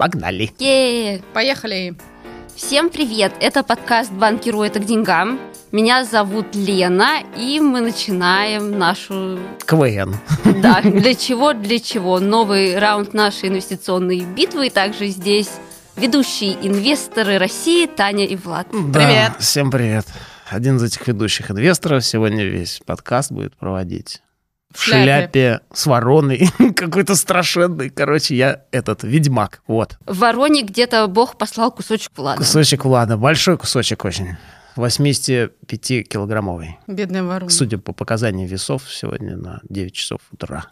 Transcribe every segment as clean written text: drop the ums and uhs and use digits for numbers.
Погнали. Поехали. Всем привет! Это подкаст «Банкиру это к деньгам». Меня зовут Лена, и мы начинаем нашу... КВН. Да, для чего? Новый раунд нашей инвестиционной битвы. И также здесь ведущие инвесторы России Таня и Влад. Да, привет! Всем привет. Один из этих ведущих инвесторов сегодня весь подкаст будет проводить в шляпе с вороной, какой-то страшенный. Короче, я ведьмак, вот. В Вороне где-то Бог послал кусочек Влада. Кусочек Влада, большой кусочек очень. 85-килограммовый. Бедная ворона. Судя по показаниям весов, сегодня на 9 часов утра.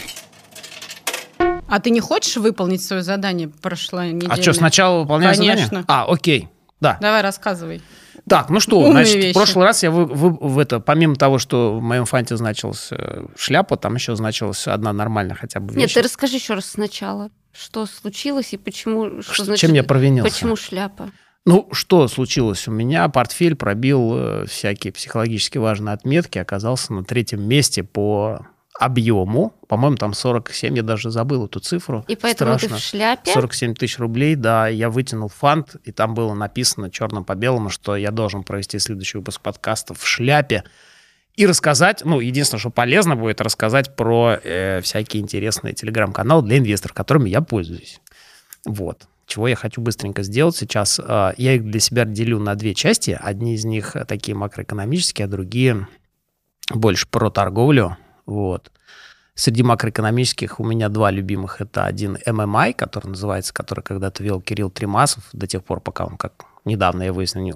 А ты не хочешь выполнить свое задание прошлой неделе? А что, сначала выполняю задание? Конечно. Окей, да. Давай, рассказывай. Так, ну что, Умные значит, вещи. в прошлый раз я помимо того, что в моем фанте значилась шляпа, там еще значилась одна нормальная хотя бы вещь. Нет, ты расскажи еще раз сначала, что случилось и почему... Чем я провинился? Почему шляпа? Ну, что случилось? У меня портфель пробил всякие психологически важные отметки, оказался на 3-м месте по объему. По-моему, там 47, я даже забыл эту цифру. И поэтому страшно. ты в шляпе? 47 тысяч рублей, да. Я вытянул фант, и там было написано черным по белому, что я должен провести следующий выпуск подкаста в шляпе и рассказать, единственное, что полезно будет, рассказать про всякие интересные телеграм-каналы для инвесторов, которыми я пользуюсь. Вот. Чего я хочу быстренько сделать сейчас. Я их для себя делю на 2 части. Одни из них такие макроэкономические, а другие больше про торговлю. Вот. Среди макроэкономических у меня 2 любимых. Это один MMI, который называется, который когда-то вел Кирилл Тремасов до тех пор, пока он, как недавно я выяснил,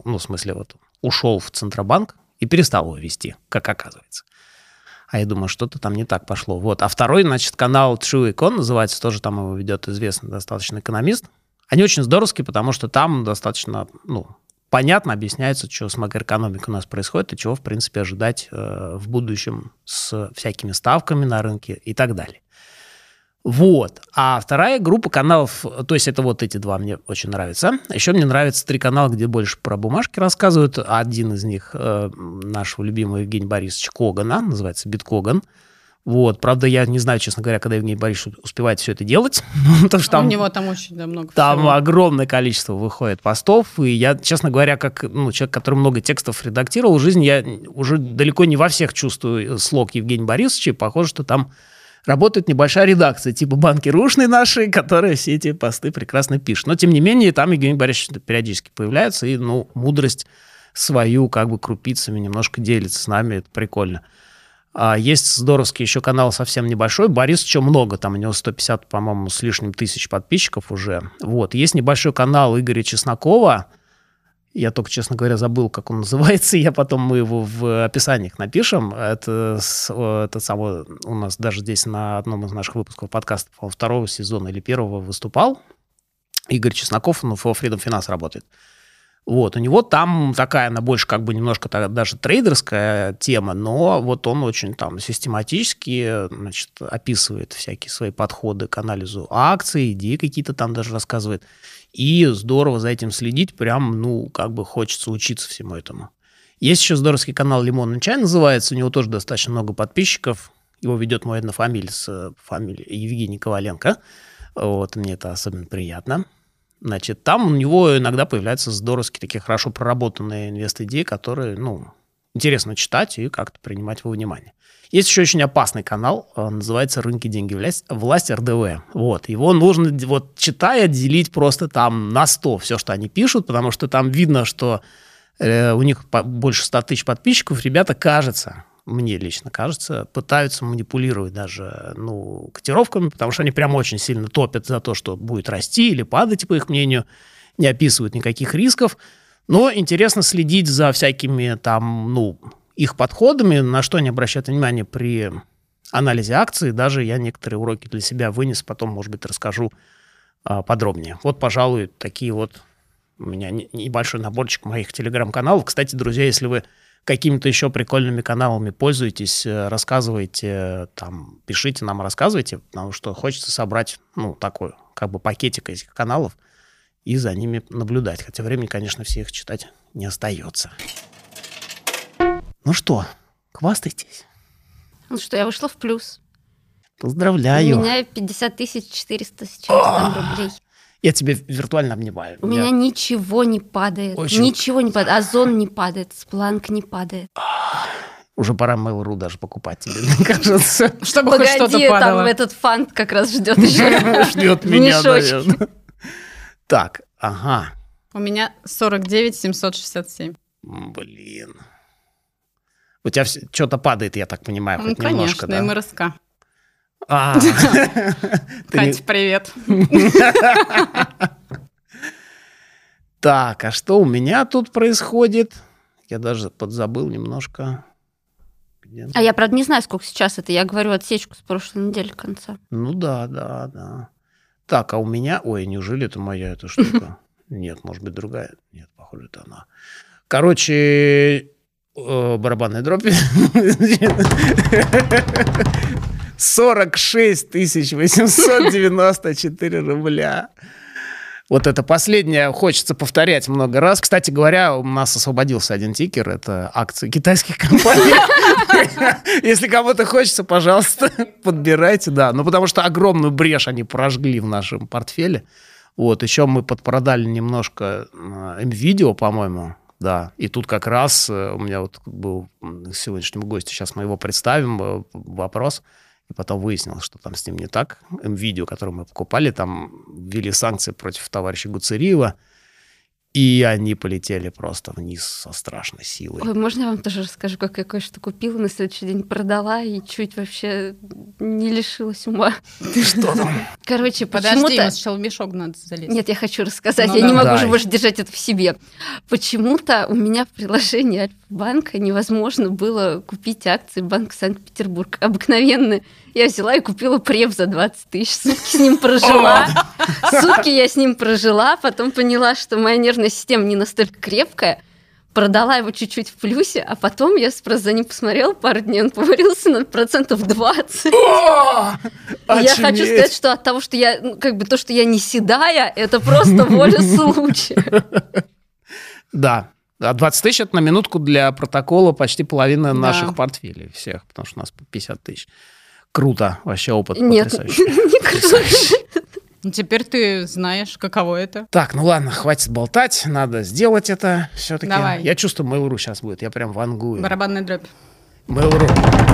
ушел в Центробанк и перестал его вести, как оказывается. А я думаю, что-то там не так пошло. Вот. А второй, канал True Econ называется, тоже там его ведет известный достаточно экономист. Они очень здоровские, потому что там достаточно, понятно объясняется, что с макроэкономикой у нас происходит и чего, в принципе, ожидать в будущем с всякими ставками на рынке и так далее. Вот. А вторая группа каналов, то есть это вот эти 2 мне очень нравятся. Еще мне нравятся 3 канала, где больше про бумажки рассказывают. Один из них нашего любимого Евгения Борисовича Когана, называется «Биткоган». Вот. Правда, я не знаю, честно говоря, когда Евгений Борисович успевает все это делать. Потому что у него там очень много там всего. огромное количество выходит постов. И я, честно говоря, как человек, который много текстов редактировал в жизни, я уже далеко не во всех чувствую слог Евгения Борисовича. И похоже, что там работает небольшая редакция, типа банкирушной нашей, которая все эти посты прекрасно пишет. Но, тем не менее, там Евгений Борисович периодически появляется и, мудрость свою крупицами немножко делится с нами. Это прикольно. Есть здоровский еще канал совсем небольшой. Борисовича много, там у него 150, по-моему, с лишним тысяч подписчиков уже. Вот. Есть небольшой канал Игоря Чеснокова. Я только, честно говоря, забыл, как он называется. Мы его в описаниях напишем. Это самое, у нас даже здесь на одном из наших выпусков подкаста 2-го сезона или 1-го выступал. Игорь Чесноков, он во Freedom Finance работает. Вот, у него там такая, она больше немножко даже трейдерская тема, но вот он очень там систематически, описывает всякие свои подходы к анализу акций, идеи какие-то там даже рассказывает. И здорово за этим следить, прям, хочется учиться всему этому. Есть еще здоровский канал «Лимонный чай» называется, у него тоже достаточно много подписчиков. Его ведет мой однофамилец с фамилией Евгений Коваленко. Вот, мне это особенно приятно. Там у него иногда появляются здоровские, такие хорошо проработанные инвест-идеи, которые, интересно читать и как-то принимать во внимание. Есть еще очень опасный канал, называется «Рынки, деньги, власть РДВ». Вот. Его нужно, читая, делить просто там на 100 все, что они пишут, потому что там видно, что у них больше 100 тысяч подписчиков. Ребята, мне лично кажется, пытаются манипулировать даже котировками, потому что они прям очень сильно топят за то, что будет расти или падать, по их мнению, не описывают никаких рисков. Но интересно следить за всякими там, их подходами, на что они обращают внимание при анализе акций. Даже я некоторые уроки для себя вынес, потом, может быть, расскажу подробнее. Вот, пожалуй, такие вот у меня небольшой наборчик моих телеграм-каналов. Кстати, друзья, если вы какими-то еще прикольными каналами пользуетесь, рассказывайте, пишите нам, рассказывайте, потому что хочется собрать, такой, пакетик этих каналов и за ними наблюдать. Хотя времени, конечно, все их читать не остается. Ну что, хвастайтесь. Я вышла в плюс. Поздравляю. У меня 50 400 с чем-то там рублей. Я тебя виртуально обнимаю. У меня ничего не падает. Очень... Ничего не падает. Озон не падает, Splunk не падает. Уже пора Mail.ru даже покупать тебе, мне кажется. Чтобы хоть что-то падало. Там этот фонд как раз ждет еще. Ждет меня, наверное. Так, ага. У меня 49 767. Блин. У тебя что-то падает, я так понимаю, хоть немножко, да? конечно, МРСК. Катя, привет. Так, а что у меня тут происходит? Я даже подзабыл немножко. А я, правда, не знаю, сколько сейчас это. Я говорю отсечку с прошлой недели конца. Ну да. Так, а у меня... Ой, неужели это моя эта штука? Нет, может быть, другая. Нет, похоже, это она. Короче, барабанная дробь. 46 894 рубля. Вот это последнее хочется повторять много раз. Кстати говоря, у нас освободился один тикер. Это акции китайских компаний. Если кому-то хочется, пожалуйста, подбирайте. Да, ну потому что огромную брешь они прожгли в нашем портфеле. Вот, еще мы подпродали немножко NVIDIA, по-моему. Да, и тут как раз у меня вот был к сегодняшнему гостю, сейчас мы его представим, вопрос. И потом выяснилось, что там с ним не так. NVIDIA, который мы покупали, там ввели санкции против товарища Гуцериева, и они полетели просто вниз со страшной силой. Ой, можно я вам тоже расскажу, как я кое-что купила, на следующий день продала и чуть вообще не лишилась ума. Ты что там? Короче, Подожди, почему-то... ему сначала в мешок надо залезть. Нет, я хочу рассказать, Ну я да. не могу Дай. уже больше держать это в себе. Почему-то у меня в приложении Альфа-банка невозможно было купить акции Банка Санкт-Петербург. Обыкновенные. Я взяла и купила преп за 20 тысяч, сутки с ним прожила. Сутки я с ним прожила, потом поняла, что моя нервная система не настолько крепкая, продала его чуть-чуть в плюсе, а потом я просто за ним посмотрела пару дней, он поварился на 20%. Я хочу сказать, что от того, что я, то, что я не седая, это просто воля случая. Да. А 20 тысяч – это на минутку для протокола почти половина наших портфелей всех, потому что у нас по 50 тысяч. Круто. Вообще опыт потрясающий. Не круто. Ну, теперь ты знаешь, каково это. Так, ну ладно, хватит болтать, надо сделать это все-таки. Давай. Я чувствую, Mail.ru сейчас будет, я прям вангую. Барабанная дробь. Mail.ru.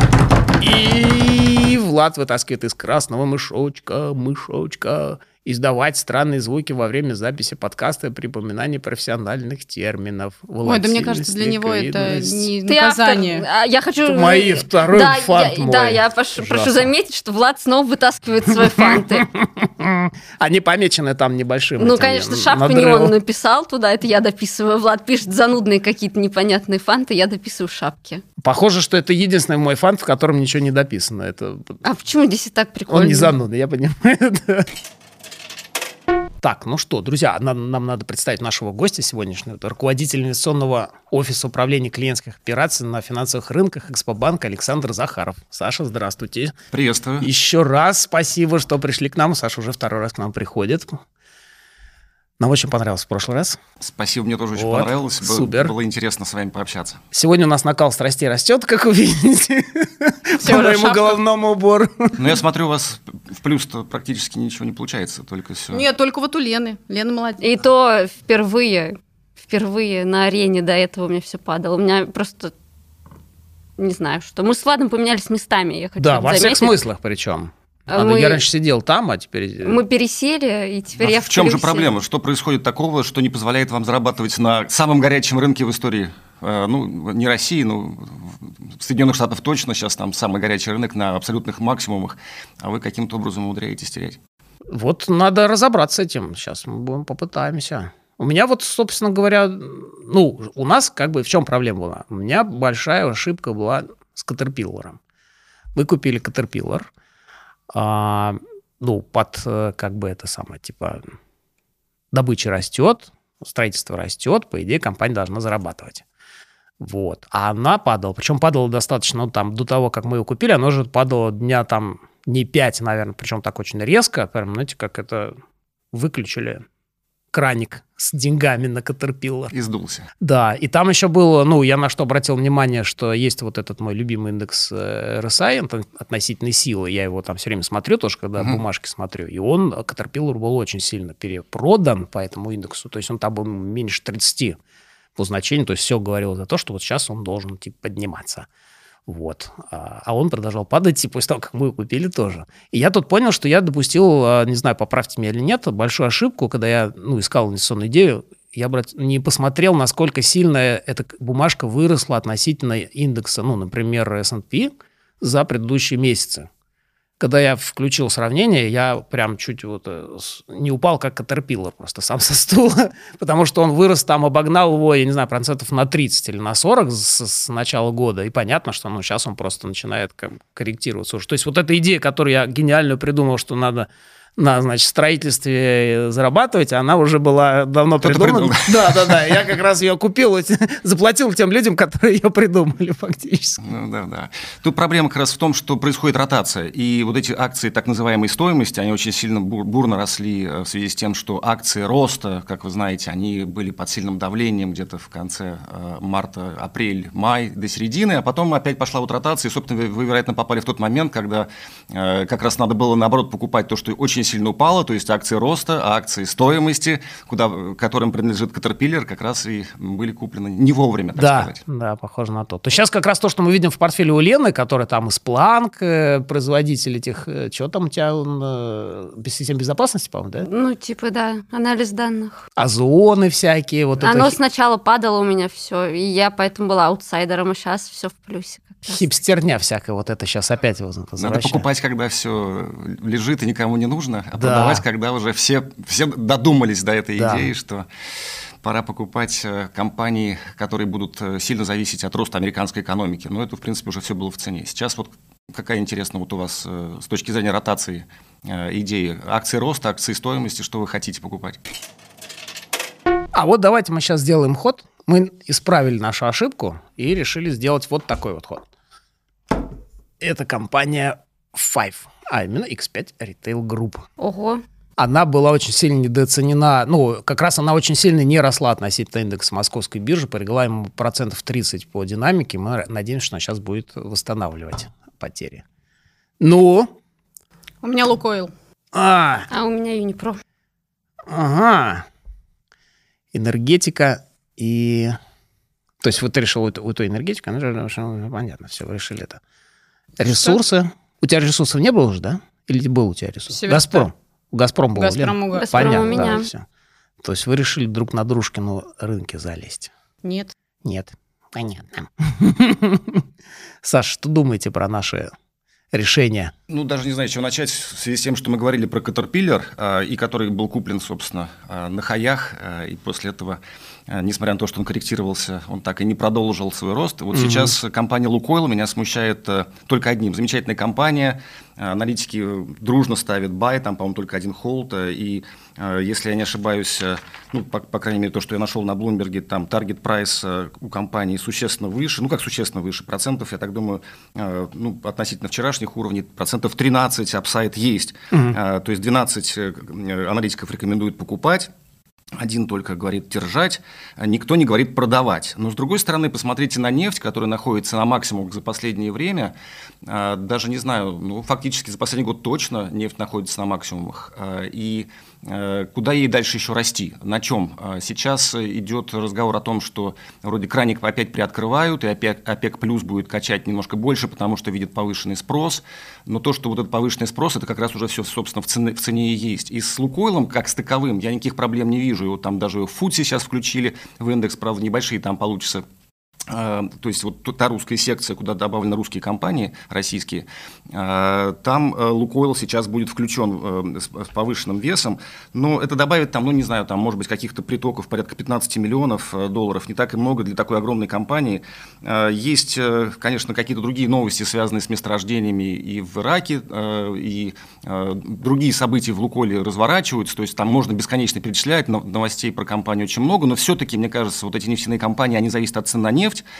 И Влад вытаскивает из красного мышочка, издавать странные звуки во время записи подкаста и припоминания профессиональных терминов. Ой, да мне кажется, для него это не Ты наказание. автор. Я хочу... Мои второй да, фант мой. Да, я прошу заметить, что Влад снова вытаскивает свои фанты. Они помечены там небольшим. Ну, этим конечно, шапку не надрывом. он написал туда, это я дописываю. Влад пишет занудные какие-то непонятные фанты, я дописываю шапки. Pохоже, что это единственный мой фант, в котором ничего не дописано. Это... А почему здесь и так прикольно? Он не занудный, я понимаю. Да. Так, ну что, друзья, нам надо представить нашего гостя сегодняшнего. Это руководитель инвестиционного офиса управления клиентских операций на финансовых рынках Экспобанка Александр Захаров. Саша, здравствуйте. Приветствую. Еще раз спасибо, что пришли к нам. Саша уже второй раз к нам приходит. Нам очень понравилось в прошлый раз. Спасибо, мне тоже очень Вот, понравилось. супер. Было интересно с вами пообщаться. Сегодня у нас накал страстей растет, как вы видите, по моему головному убору. Но я смотрю, у вас в плюс-то практически ничего не получается, только все. Нет, только вот у Лены. Лена молодец. И то впервые на арене до этого у меня все падало. У меня просто не знаю что. Мы с Владом поменялись местами, я хочу Да, во всех заметить. смыслах причем. Я раньше сидел там, а теперь... Мы пересели, и теперь я в чем же плюсе. проблема? Что происходит такого, что не позволяет вам зарабатывать на самом горячем рынке в истории? Ну, не России, но Соединенных Штатов точно. Сейчас там самый горячий рынок на абсолютных максимумах, а вы каким-то образом умудряетесь терять. Вот надо разобраться с этим. Сейчас мы попытаемся. У меня вот, собственно говоря, ну, у нас как бы в чем проблема была? У меня большая ошибка была с Caterpillar. Мы купили Caterpillar, ну, под как бы это самое, типа, добыча растет, строительство растет, по идее, компания должна зарабатывать. Вот. А она падала. Причем падала достаточно, ну, там, до того, как мы ее купили, она уже падала дня там не 5, наверное, причем так очень резко. Прям, знаете, как это выключили краник с деньгами на Caterpillar. И сдулся. Да, и там еще было, я на что обратил внимание, что есть вот этот мой любимый индекс RSI относительной силы, я его там все время смотрю, тоже когда бумажки смотрю, и он, Caterpillar был очень сильно перепродан по этому индексу, то есть он там был меньше 30 по значению, то есть все говорило за то, что вот сейчас он должен подниматься. Вот. А он продолжал падать, и после того, как мы его купили, тоже. И я тут понял, что я допустил, не знаю, поправьте меня или нет, большую ошибку, когда я искал инвестиционную идею, я не посмотрел, насколько сильно эта бумажка выросла относительно индекса, например, S&P за предыдущие месяцы. Когда я включил сравнение, я прям чуть не упал, как Caterpillar, просто сам со стула, потому что он вырос, обогнал его, я не знаю, процентов на 30 или на 40 с начала года, и понятно, что сейчас он просто начинает корректироваться уже. То есть вот эта идея, которую я гениальную придумал, что надо на строительстве зарабатывать, она уже была давно придумана. Да. Я как раз ее купил, заплатил тем людям, которые ее придумали фактически. Да. Тут проблема как раз в том, что происходит ротация. И вот эти акции так называемой стоимости, они очень сильно бурно росли в связи с тем, что акции роста, как вы знаете, они были под сильным давлением где-то в конце марта, апрель, май до середины, а потом опять пошла вот ротация. И, собственно, вы, вероятно, попали в тот момент, когда как раз надо было, наоборот, покупать то, что очень сильно упало, то есть акции роста, а акции стоимости, которым принадлежит Caterpillar, как раз и были куплены не вовремя, так сказать. Да, похоже на то. То сейчас как раз то, что мы видим в портфеле у Лены, которая там из Splunk, производитель этих, что там у тебя, систем безопасности, по-моему, да? Да, анализ данных. Озоны всякие. Оно сначала падало у меня все, и я поэтому была аутсайдером, а сейчас все в плюсе. Хипстерня всякая, вот это сейчас опять возвращается. Надо покупать, когда все лежит и никому не нужно, а продавать, когда уже все додумались до этой идеи, что пора покупать компании, которые будут сильно зависеть от роста американской экономики. Но это, в принципе, уже все было в цене. Сейчас вот какая интересная у вас с точки зрения ротации идеи? Акции роста, акции стоимости, что вы хотите покупать? А вот давайте мы сейчас сделаем ход. Мы исправили нашу ошибку и решили сделать вот такой вот ход. Это компания Five, а именно X5 Retail Group. Ого. Она была очень сильно недооценена. Как раз она очень сильно не росла относительно индекса московской биржи. Порегла ему 30% по динамике. Мы надеемся, что она сейчас будет восстанавливать потери. У меня Лукойл. А у меня Юнипро. Ага. Энергетика и... То есть вот ты решил эту энергетику, понятно, все, вы решили это. Ресурсы. Что? У тебя ресурсов не было уже, да? Или был у тебя ресурс? «Газпром». У «Газпром» был. «Газпром» понятно, у меня. Да, все. То есть вы решили друг на дружкину рынке залезть? Нет. Понятно. Саша, что думаете про наши решения? Даже не знаю, с чего начать, в связи с тем, что мы говорили про Caterpillar, и который был куплен, собственно, на хаях, и после этого, несмотря на то, что он корректировался, он так и не продолжил свой рост. Вот сейчас компания Лукойл меня смущает только одним. Замечательная компания, аналитики дружно ставят buy, там, по-моему, только один холд, и если я не ошибаюсь, по крайней мере, то, что я нашел на Bloomberg, там таргет прайс у компании существенно выше, как существенно выше, процентов, я так думаю, относительно вчерашних уровней, процентов 13 апсайд есть. То есть 12 аналитиков рекомендуют покупать. Один только говорит держать, никто не говорит продавать. Но, с другой стороны, посмотрите на нефть, которая находится на максимумах за последнее время. Даже не знаю, фактически за последний год точно нефть находится на максимумах. И куда ей дальше еще расти? На чем? Сейчас идет разговор о том, что вроде краник опять приоткрывают, и ОПЕК плюс будет качать немножко больше, потому что видит повышенный спрос. Но то, что вот этот повышенный спрос, это как раз уже все, собственно, в цене и есть. И с Лукойлом, как с таковым, я никаких проблем не вижу. Его там даже в FTSE сейчас включили в индекс, правда, небольшие там получится. То есть вот та русская секция, куда добавлены русские компании, российские, там Лукойл сейчас будет включен с повышенным весом, но это добавит там, не знаю, там может быть каких-то притоков порядка 15 миллионов долларов, не так и много для такой огромной компании. Есть, конечно, какие-то другие новости, связанные с месторождениями и в Ираке, и другие события в Лукойле разворачиваются, то есть там можно бесконечно перечислять, новостей про компанию очень много, но все-таки, мне кажется, вот эти нефтяные компании, они зависят от цен на нефть.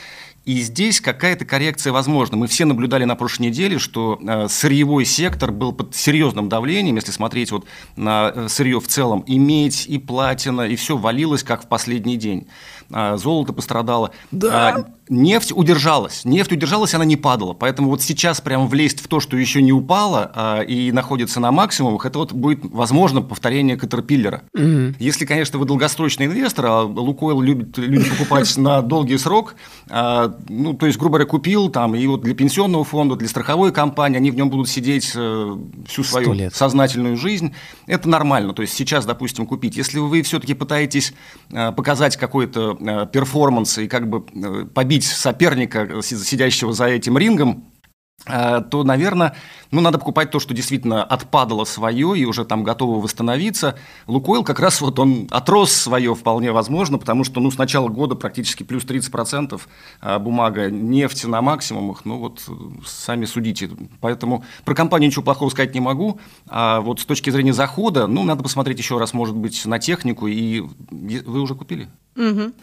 И здесь какая-то коррекция возможна. Мы все наблюдали на прошлой неделе, что сырьевой сектор был под серьезным давлением, если смотреть вот на сырье в целом. И медь, и платина, и все валилось, как в последний день. Золото пострадало. Да. Нефть удержалась, она не падала. Поэтому вот сейчас прям влезть в то, что еще не упало и находится на максимумах, это вот будет, возможно, повторение Caterpillar. Если, конечно, вы долгосрочный инвестор, а Лукойл любит люди покупать на долгий срок, ну, то есть, грубо говоря, купил там, и вот для пенсионного фонда, для страховой компании, они в нем будут сидеть всю свою сознательную жизнь, это нормально. То есть сейчас, допустим, купить. Если вы все-таки пытаетесь показать какой-то перформанс и как бы побить соперника, сидящего за этим рингом, то, наверное, надо покупать то, что действительно отпадало свое и уже там готово восстановиться. Лукойл как раз вот он отрос свое вполне возможно, потому что с начала года практически плюс 30% бумага, нефть на максимумах, вот сами судите. Поэтому про компанию ничего плохого сказать не могу. А вот с точки зрения захода, надо посмотреть еще раз, может быть, на технику. И вы уже купили? Угу.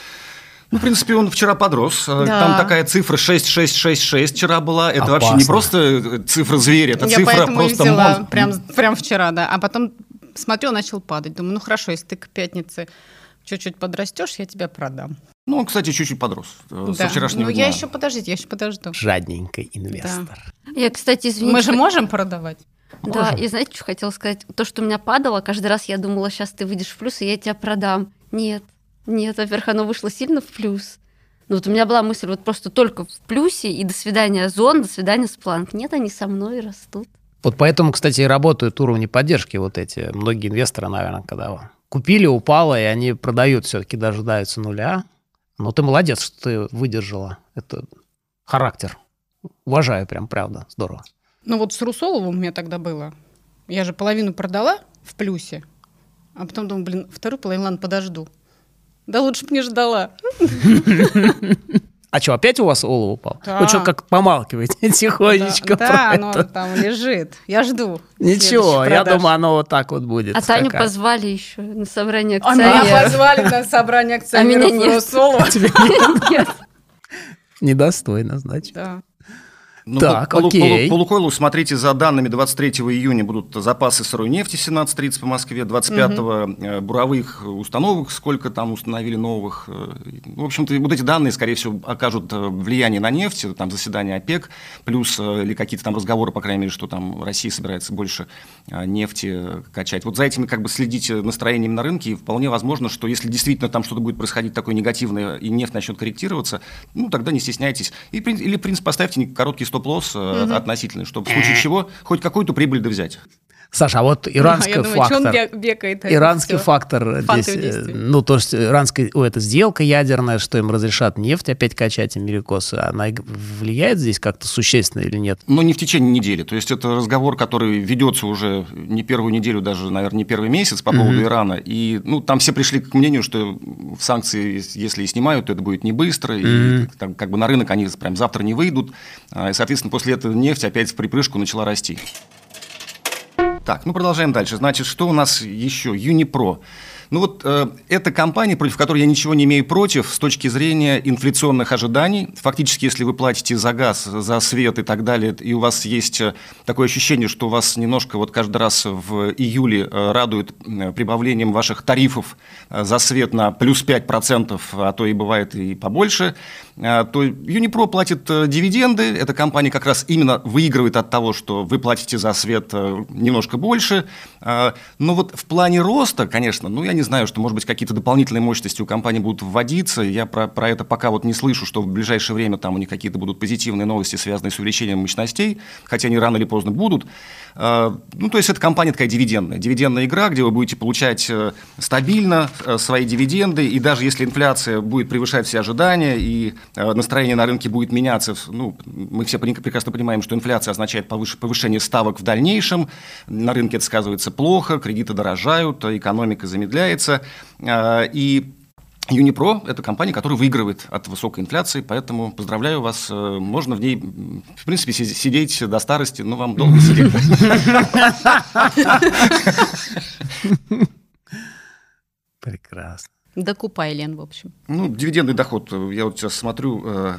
В принципе, он вчера подрос. Да. Там такая цифра 6666 вчера была. Это опасно. Вообще не просто цифра зверя, это Я цифра просто взяла прям вчера, да. А потом смотрю, он начал падать. Думаю, хорошо, если ты к пятнице чуть-чуть подрастешь, я тебя продам. Он, кстати, чуть-чуть подрос со вчерашнего дня. Я еще подожду. Жадненький инвестор. Да. Я, кстати, извините. Мы же можем продавать? Да, и знаете, что хотела сказать? То, что у меня падало, каждый раз я думала, сейчас ты выйдешь в плюс, и я тебя продам. Нет, во-первых, оно вышло сильно в плюс. Вот у меня была мысль вот просто только в плюсе, и до свидания Озон, до свидания Спланк. Нет, они со мной растут. Вот поэтому, кстати, и работают уровни поддержки вот эти. Многие инвесторы, наверное, когда купили, упало, и они продают, все-таки дожидаются нуля. Но ты молодец, что ты выдержала. Это характер. Уважаю прям, правда. Здорово. Вот с Русоловым у меня тогда было. Я же половину продала в плюсе, а потом думаю, вторую половину, ладно, подожду. Да лучше бы не ждала. А что, опять у вас олово упал? Да. Вы что, как помалкиваете тихонечко? Да, оно там лежит. Я жду. Ничего, я думаю, оно вот так вот будет. А Таню позвали еще на собрание А акционеров. меня позвали на собрание акционеров. А меня нет. Русолова. Нет. Недостойно, значит. Да. Так, окей. По Лукойлу смотрите, за данными 23 июня будут запасы сырой нефти 17:30 по Москве, 25-го буровых установок, сколько там установили новых. В общем-то, вот эти данные, скорее всего, окажут влияние на нефть, там заседание ОПЕК, плюс или какие-то там разговоры, по крайней мере, что там Россия собирается больше нефти качать. Вот за этими как бы следите настроениями на рынке, и вполне возможно, что если действительно там что-то будет происходить такое негативное, и нефть начнет корректироваться, тогда не стесняйтесь. Или, в принципе, поставьте короткий стоп-лосс относительный, чтобы в случае чего хоть какую-то прибыль взять. Саша, а вот иранский фактор. Иранский фактор здесь, то есть иранская эта сделка ядерная, что им разрешат нефть опять качать америкосы, она влияет здесь как-то существенно или нет? Не в течение недели. То есть это разговор, который ведется уже не первую неделю, даже, наверное, не первый месяц по поводу Ирана. И там все пришли к мнению, что санкции, если и снимают, то это будет не быстро, и как бы на рынок они прям завтра не выйдут. И, соответственно, после этого нефть опять в припрыжку начала расти. Так, продолжаем дальше. Значит, что у нас еще? Юнипро. Это компания, против которой я ничего не имею против с точки зрения инфляционных ожиданий. Фактически, если вы платите за газ, за свет и так далее, и у вас есть такое ощущение, что вас немножко каждый раз в июле радует прибавлением ваших тарифов за свет на плюс 5%, а то и бывает и побольше, то Юнипро платит дивиденды. Эта компания как раз именно выигрывает от того, что вы платите за свет немножко больше. Но в плане роста, конечно, я не знаю, что, может быть, какие-то дополнительные мощности у компании будут вводиться. Я про это пока не слышу, что в ближайшее время там у них какие-то будут позитивные новости, связанные с увеличением мощностей, хотя они рано или поздно будут. То есть это компания такая дивидендная игра, где вы будете получать стабильно свои дивиденды, и даже если инфляция будет превышать все ожидания, и настроение на рынке будет меняться, мы все прекрасно понимаем, что инфляция означает повышение ставок в дальнейшем, на рынке это сказывается плохо, кредиты дорожают, экономика замедляется, и Юнипро – это компания, которая выигрывает от высокой инфляции, поэтому поздравляю вас, можно в ней, в принципе, сидеть до старости, но вам долго сидеть. Прекрасно. Докупай, Лен, в общем. Ну, дивидендный доход, я вот сейчас смотрю,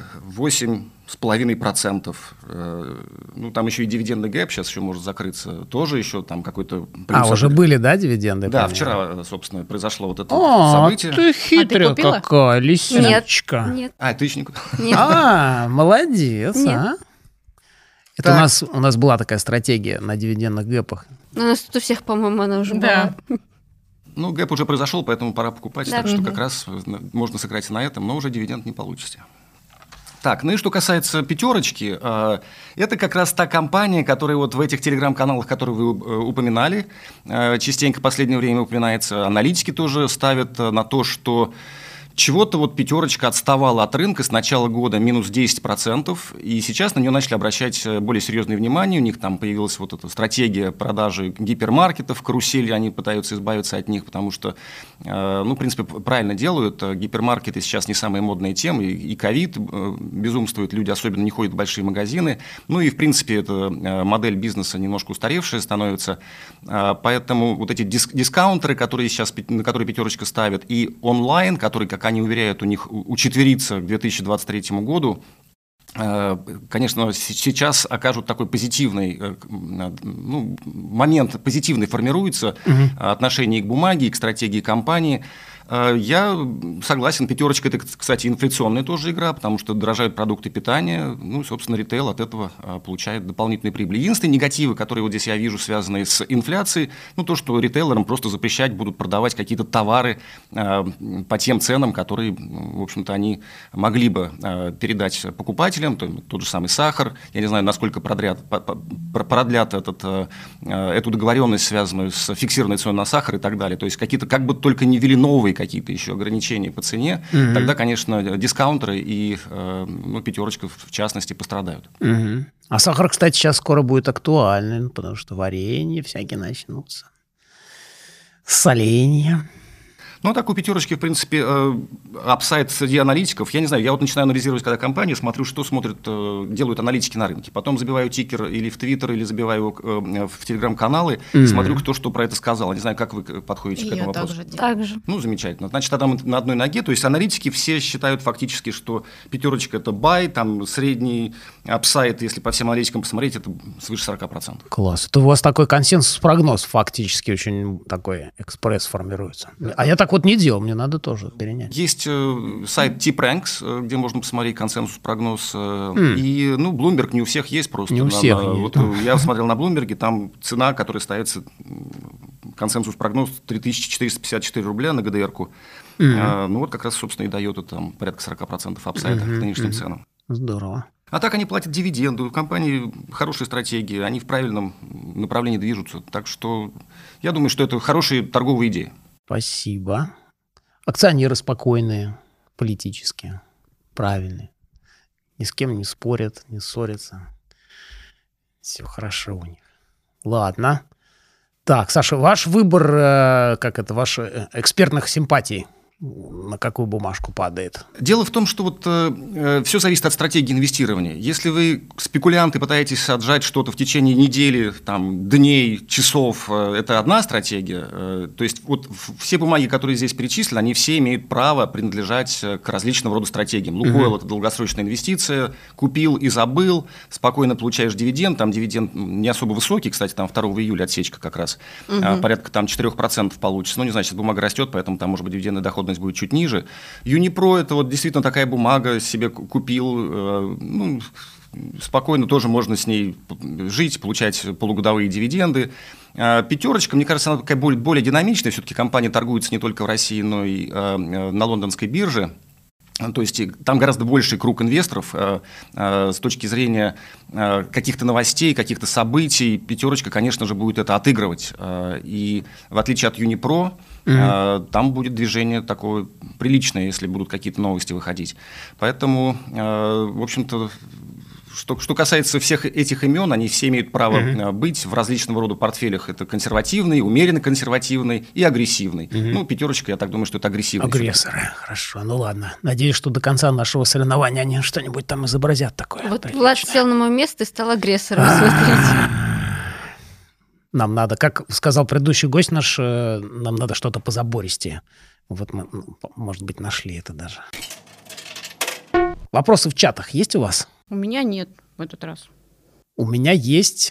8,5%. Ну, там еще и дивидендный гэп сейчас еще может закрыться. Тоже еще там какой-то... уже были, да, дивиденды? Да, помню. вчера, собственно, произошло вот это событие. Ты хитрая купила? какая, лисичка. Нет. Ты еще не... Нет. Молодец, Нет. а? Это у нас была такая стратегия на дивидендных гэпах. У нас тут у всех, по-моему, она уже Да. была. Ну, гэп уже произошел, поэтому пора покупать, Да. так что как раз можно сыграть на этом, но уже дивиденд не получите. Так, ну и что касается «Пятерочки», это как раз та компания, которая вот в этих телеграм-каналах, которые вы упоминали, частенько в последнее время упоминается, аналитики тоже ставят на то, что чего-то вот «Пятерочка» отставала от рынка с начала года минус 10%, и сейчас на нее начали обращать более серьезное внимание. У них там появилась вот эта стратегия продажи гипермаркетов, карусели, они пытаются избавиться от них, потому что, ну, в принципе, правильно делают. Гипермаркеты сейчас не самая модная тема, и ковид безумствует, люди особенно не ходят в большие магазины. Ну и, в принципе, эта модель бизнеса немножко устаревшая становится. Поэтому вот эти дискаунтеры, которые сейчас, на которые «Пятерочка» ставит, и онлайн, который, как они уверяют, у них учетверится к 2023 году, конечно, сейчас окажут такой позитивный, ну, момент позитивный формируется отношение к бумаге, и к стратегии компании. Я согласен, «Пятерочка» – это, кстати, инфляционная тоже игра, потому что дорожают продукты питания, ну и, собственно, ритейл от этого получает дополнительные прибыли. Единственные негативы, которые вот здесь я вижу, связанные с инфляцией, ну то, что ритейлерам просто запрещать будут продавать какие-то товары по тем ценам, которые, в общем-то, они могли бы передать покупателям, тот же самый сахар, я не знаю, насколько продлят эту договоренность, связанную с фиксированной ценой на сахар и так далее, то есть какие-то, как бы только не ввели новые какие-то еще ограничения по цене, тогда, конечно, дискаунтеры и ну, «Пятерочка» в частности пострадают. А сахар, кстати, сейчас скоро будет актуальным, потому что варенье всякие начнутся. Соленья. Ну, так у «Пятерочки», в принципе, апсайд среди аналитиков. Я не знаю, я вот начинаю анализировать, когда компанию, смотрю, что делают аналитики на рынке. Потом забиваю тикер или в Твиттер, или забиваю в Телеграм-каналы, и смотрю, кто что про это сказал. Не знаю, как вы подходите к этому вопросу. Так же. Ну, замечательно. Значит, тогда мы на одной ноге. То есть аналитики все считают фактически, что «Пятерочка» – это бай, там средний апсайд, если по всем аналитикам посмотреть, это свыше 40%. Класс. Это у вас такой консенсус-прогноз фактически очень такой экспресс формируется. А я так вот не делал, мне надо тоже перенять. Есть сайт T-Ranks, где можно посмотреть консенсус-прогноз. И, ну, Bloomberg не у всех есть просто. Не у всех есть. Вот я смотрел на Bloomberg, там цена, которая ставится, консенсус-прогноз 3454 рубля на ГДР-ку. Ну, вот как раз, собственно, и дает это там порядка 40% апсайда к нынешним ценам. Здорово. А так они платят дивиденды, у компании хорошие стратегии, они в правильном направлении движутся. Так что я думаю, что это хорошие торговые идеи. Спасибо. Акционеры спокойные, политические, правильные. Ни с кем не спорят, не ссорятся. Все хорошо у них. Ладно. Так, Саша, ваш выбор, ваши экспертных симпатий, на какую бумажку падает? Дело в том, что вот все зависит от стратегии инвестирования. Если вы спекулянты, пытаетесь отжать что-то в течение недели, там, дней, часов, это одна стратегия. То есть вот все бумаги, которые здесь перечислены, они все имеют право принадлежать к различного рода стратегиям. Лукойл – это долгосрочная инвестиция, купил и забыл, спокойно получаешь дивиденд, там дивиденд не особо высокий, кстати, там 2 июля отсечка как раз, порядка там 4% получится. Ну, не знаю, сейчас бумага растет, поэтому там, может быть, дивидендный доход будет чуть ниже. Юнипро – это вот действительно такая бумага, себе купил, ну, спокойно тоже можно с ней жить, получать полугодовые дивиденды. «Пятерочка», мне кажется, она такая более динамичная, все-таки компания торгуется не только в России, но и на лондонской бирже. То есть там гораздо больший круг инвесторов с точки зрения каких-то новостей, каких-то событий. «Пятерочка», конечно же, будет это отыгрывать. И в отличие от Юнипро, там будет движение такое приличное, если будут какие-то новости выходить. Поэтому, в общем-то, что касается всех этих имен, они все имеют право быть в различного рода портфелях. Это консервативный, умеренно консервативный и агрессивный. Ну, «Пятерочка», я так думаю, что это агрессивный. Агрессоры. Хорошо, ну ладно. Надеюсь, что до конца нашего соревнования они что-нибудь там изобразят такое. Вот приличное. Влад сел на мое место и стал агрессором, смотрите. Нам надо, как сказал предыдущий гость наш, нам надо что-то позабористее Вот мы, может быть, нашли это даже. Вопросы в чатах есть у вас? У меня нет в этот раз. У меня есть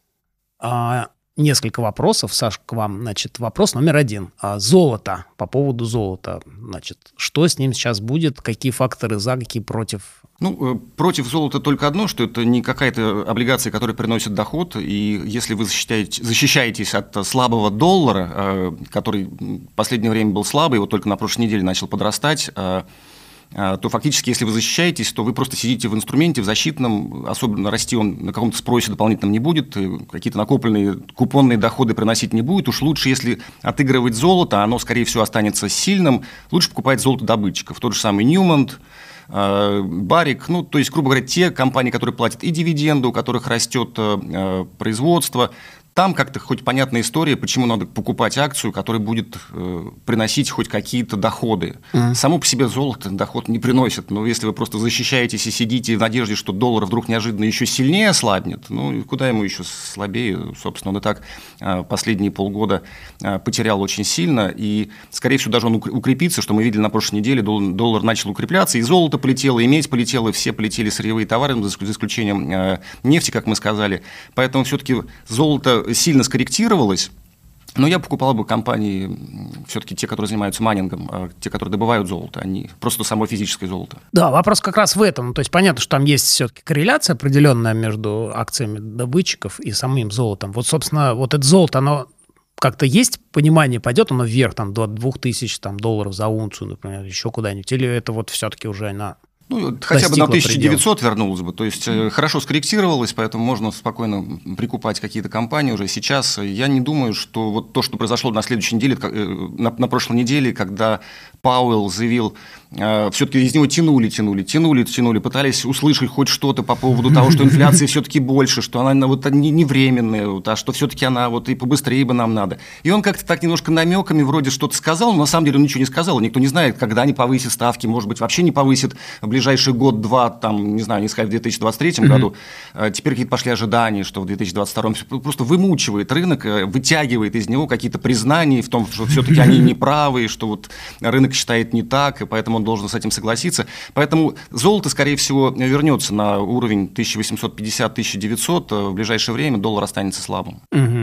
несколько вопросов, Саш, к вам. Значит, вопрос номер 1. Золото. По поводу золота. Значит, что с ним сейчас будет? Какие факторы за, какие против? Ну, против золота только одно, что это не какая-то облигация, которая приносит доход, и если вы защищаетесь от слабого доллара, который в последнее время был слабый, вот только на прошлой неделе начал подрастать, то фактически, если вы защищаетесь, то вы просто сидите в инструменте, в защитном, особенно расти он на каком-то спросе дополнительном не будет, какие-то накопленные купонные доходы приносить не будет. Уж лучше, если отыгрывать золото, оно, скорее всего, останется сильным, лучше покупать золото-добытчиков. Тот же самый Ньюмонт, Барик, ну, то есть, грубо говоря, те компании, которые платят и дивиденды, у которых растет производство. Там как-то хоть понятная история, почему надо покупать акцию, которая будет приносить хоть какие-то доходы. Само по себе золото доход не приносит, но если вы просто защищаетесь и сидите в надежде, что доллар вдруг неожиданно еще сильнее ослабнет, ну, куда ему еще слабее, собственно, он и так последние полгода потерял очень сильно, и, скорее всего, даже он укрепится, что мы видели на прошлой неделе, доллар начал укрепляться, и золото полетело, и медь полетела, и все полетели сырьевые товары, за исключением нефти, как мы сказали, поэтому все-таки золото сильно скорректировалось, но я покупал бы компании, все-таки те, которые занимаются майнингом, те, которые добывают золото, а не просто само физическое золото. Да, вопрос как раз в этом. То есть понятно, что там есть все-таки корреляция определенная между акциями добытчиков и самим золотом. Вот, собственно, вот это золото, оно как-то есть понимание, пойдет оно вверх там, до $2000 за унцию, например, еще куда-нибудь, или это вот все-таки уже на... Ну, хотя бы на 1900 вернулось бы, то есть хорошо скорректировалось, поэтому можно спокойно прикупать какие-то компании уже сейчас. Я не думаю, что вот то, что произошло на следующей неделе, на прошлой неделе, когда Пауэлл заявил, все-таки из него тянули, пытались услышать хоть что-то по поводу того, что инфляция все-таки больше, что она вот не временная, вот, а что все-таки она вот и побыстрее бы нам надо. И он как-то так немножко намеками вроде что-то сказал, но на самом деле он ничего не сказал, никто не знает, когда они повысят ставки, может быть, вообще не повысят в ближайший год-два, там, не знаю, не сказать в 2023 году. Теперь какие-то пошли ожидания, что в 2022 просто вымучивает рынок, вытягивает из него какие-то признания в том, что все-таки они неправы, что вот рынок считает не так, и поэтому он должен с этим согласиться. Поэтому золото, скорее всего, вернется на уровень 1850-1900. В ближайшее время доллар останется слабым.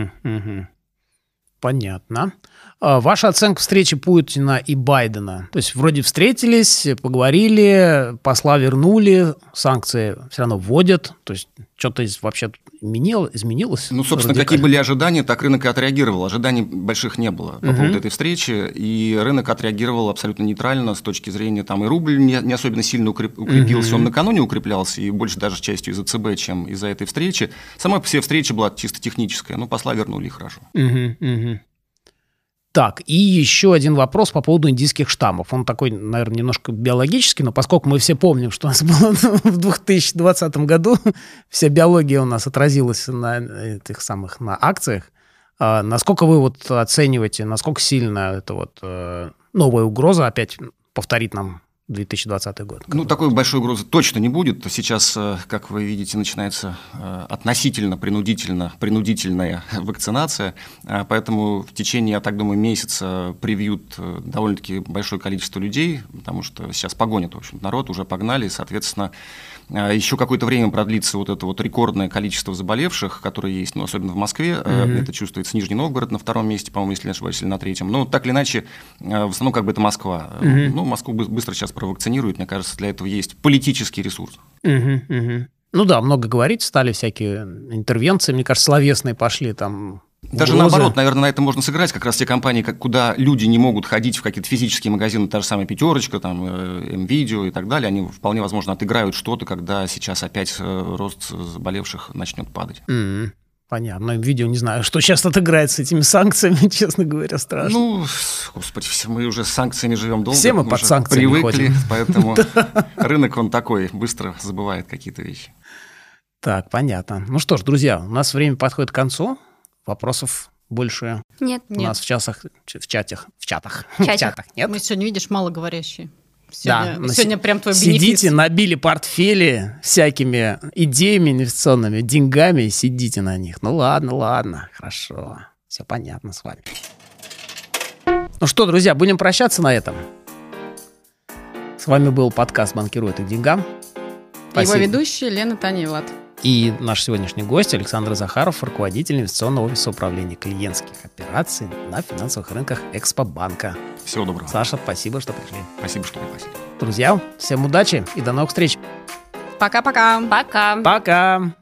Понятно. Ваша оценка встречи Путина и Байдена? То есть вроде встретились, поговорили, посла вернули, санкции все равно вводят. То есть что-то вообще изменилось? Ну, собственно, какие были ожидания, так рынок и отреагировал. Ожиданий больших не было по поводу этой встречи, и рынок отреагировал абсолютно нейтрально с точки зрения, там и рубль не особенно сильно укрепился, он накануне укреплялся, и больше даже частью из-за ЦБ, чем из-за этой встречи. Сама по себе встреча была чисто техническая, но посла вернули, и хорошо. Так, и еще один вопрос по поводу индийских штаммов. Он такой, наверное, немножко биологический, но поскольку мы все помним, что у нас было в 2020 году, вся биология у нас отразилась на этих самых, на акциях. Насколько вы вот оцениваете, насколько сильно это вот новая угроза опять повторит нам 2020 год? Ну, такой большой угрозы точно не будет. Сейчас, как вы видите, начинается относительно принудительная вакцинация, поэтому в течение, я так думаю, месяца привьют довольно-таки большое количество людей, потому что сейчас погонят, в общем, народ, уже погнали, соответственно, еще какое-то время продлится вот это вот рекордное количество заболевших, которые есть, ну, особенно в Москве, это чувствуется Нижний Новгород на втором месте, по-моему, если не ошибаюсь, или на третьем, но так или иначе, в основном как бы это Москва. Ну, Москву быстро сейчас провакцинируют, мне кажется, для этого есть политический ресурс. Ну да, много говорить, стали всякие интервенции, мне кажется, словесные пошли там. Даже наоборот, наверное, на это можно сыграть. Как раз те компании, куда люди не могут ходить в какие-то физические магазины, та же самая «Пятерочка», там, МВидео и так далее, они вполне возможно отыграют что-то, когда сейчас опять рост заболевших начнет падать. Понятно. Видео, не знаю, что сейчас отыграет с этими санкциями, честно говоря, страшно. Ну, господи, мы уже с санкциями живем долго. Все мы под санкциями привыкли, ходим. Поэтому рынок, он такой, быстро забывает какие-то вещи. Так, понятно. Ну что ж, друзья, у нас время подходит к концу. Вопросов больше Нет. у нас в чатах нет. Мы сегодня, видишь, малоговорящие. Да, Сегодня прям твой сидите, бенефис. набили портфели всякими идеями инвестиционными, деньгами, сидите на них. Ну ладно, хорошо. Все понятно с вами. Ну что, друзья, будем прощаться на этом. С вами был подкаст «Банкируй это к деньгам». Его ведущие Лена, Таня и Влад. И наш сегодняшний гость Александр Захаров, руководитель инвестиционного офиса управления клиентских операций на финансовых рынках Экспобанка. Всего доброго. Саша, спасибо, что пришли. Спасибо, что пригласили. Друзья, всем удачи и до новых встреч. Пока-пока. Пока. Пока.